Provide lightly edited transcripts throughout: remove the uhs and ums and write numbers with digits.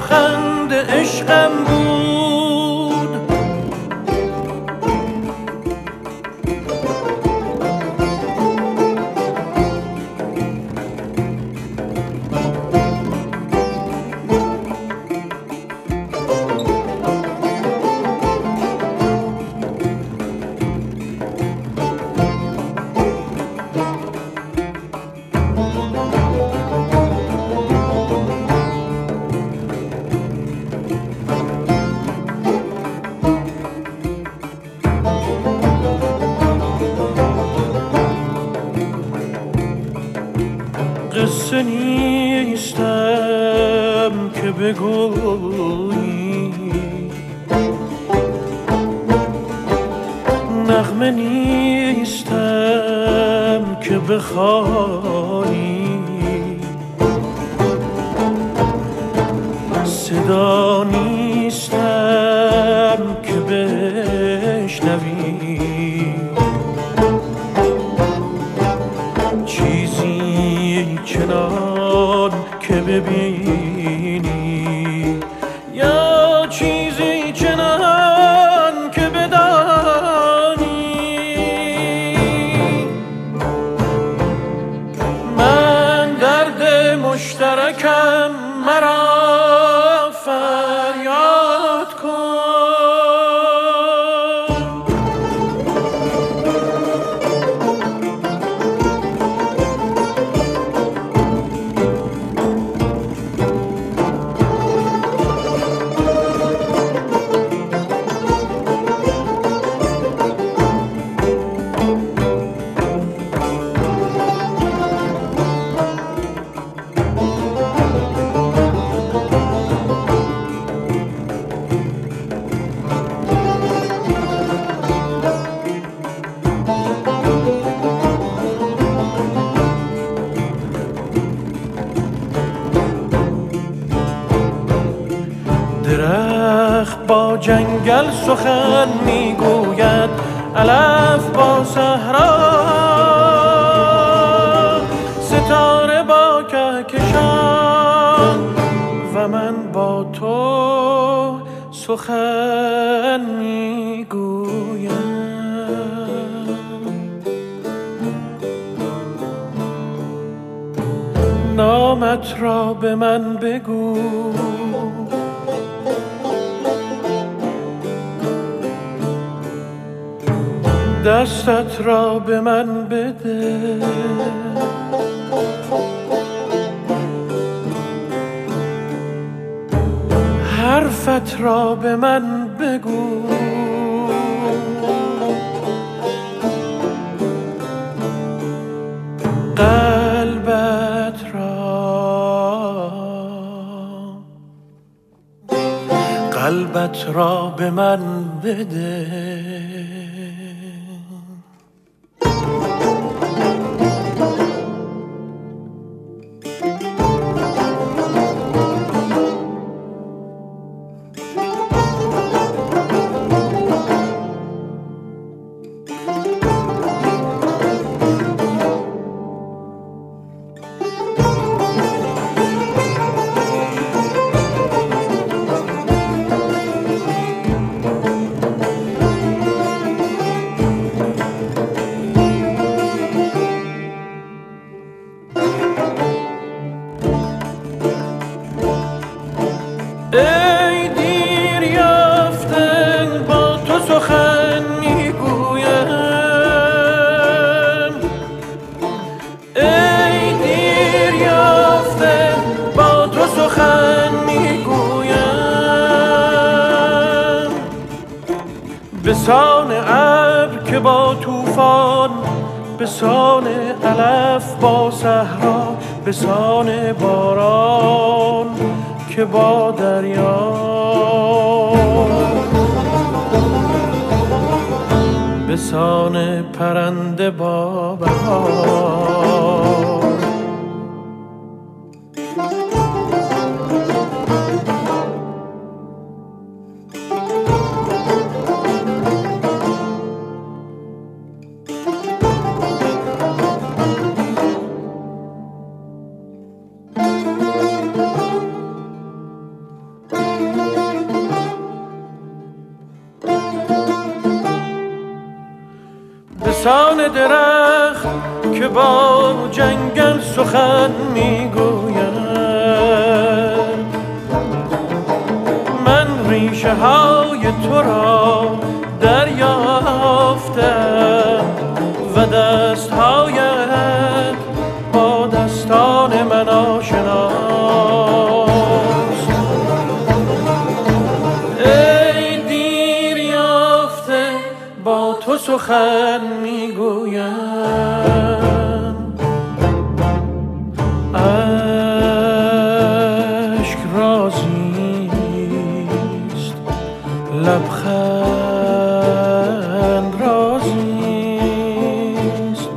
لبخند عشقم بود. قصه نیستم که بگویی، نغمه نیستم که بخوانی، صدا نیستم که بشنوی، چیزی چنان که ببینی یا چیزی چنان که بدانی. من درد مشترکم، مرا فریاد کن. درخت با جنگل سخن میگوید، علف با صحرا، ستاره با کهکشان و من با تو سخن میگویم. نامت را به من بگو، دستت را به من بده، حرفت را به من بگو، قلبت را به من بده. ای دیر یافته با تو سخن میگویم، ای دیر یافته با تو سخن میگویم، به سان ابر که با طوفان، به سان علف با صحرا، به سان باران که با دریا، به سان پرنده با بهار. بسان درخت که با جنگل سخن میگوید. من ریشه های تو را دریافتم و دستهایت با دستان من آشناست. ای دیر یافته با تو سخن میگویم، اشک رازیست، لبخند رازیست،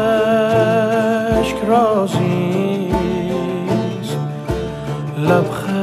اشک رازیست، لبخند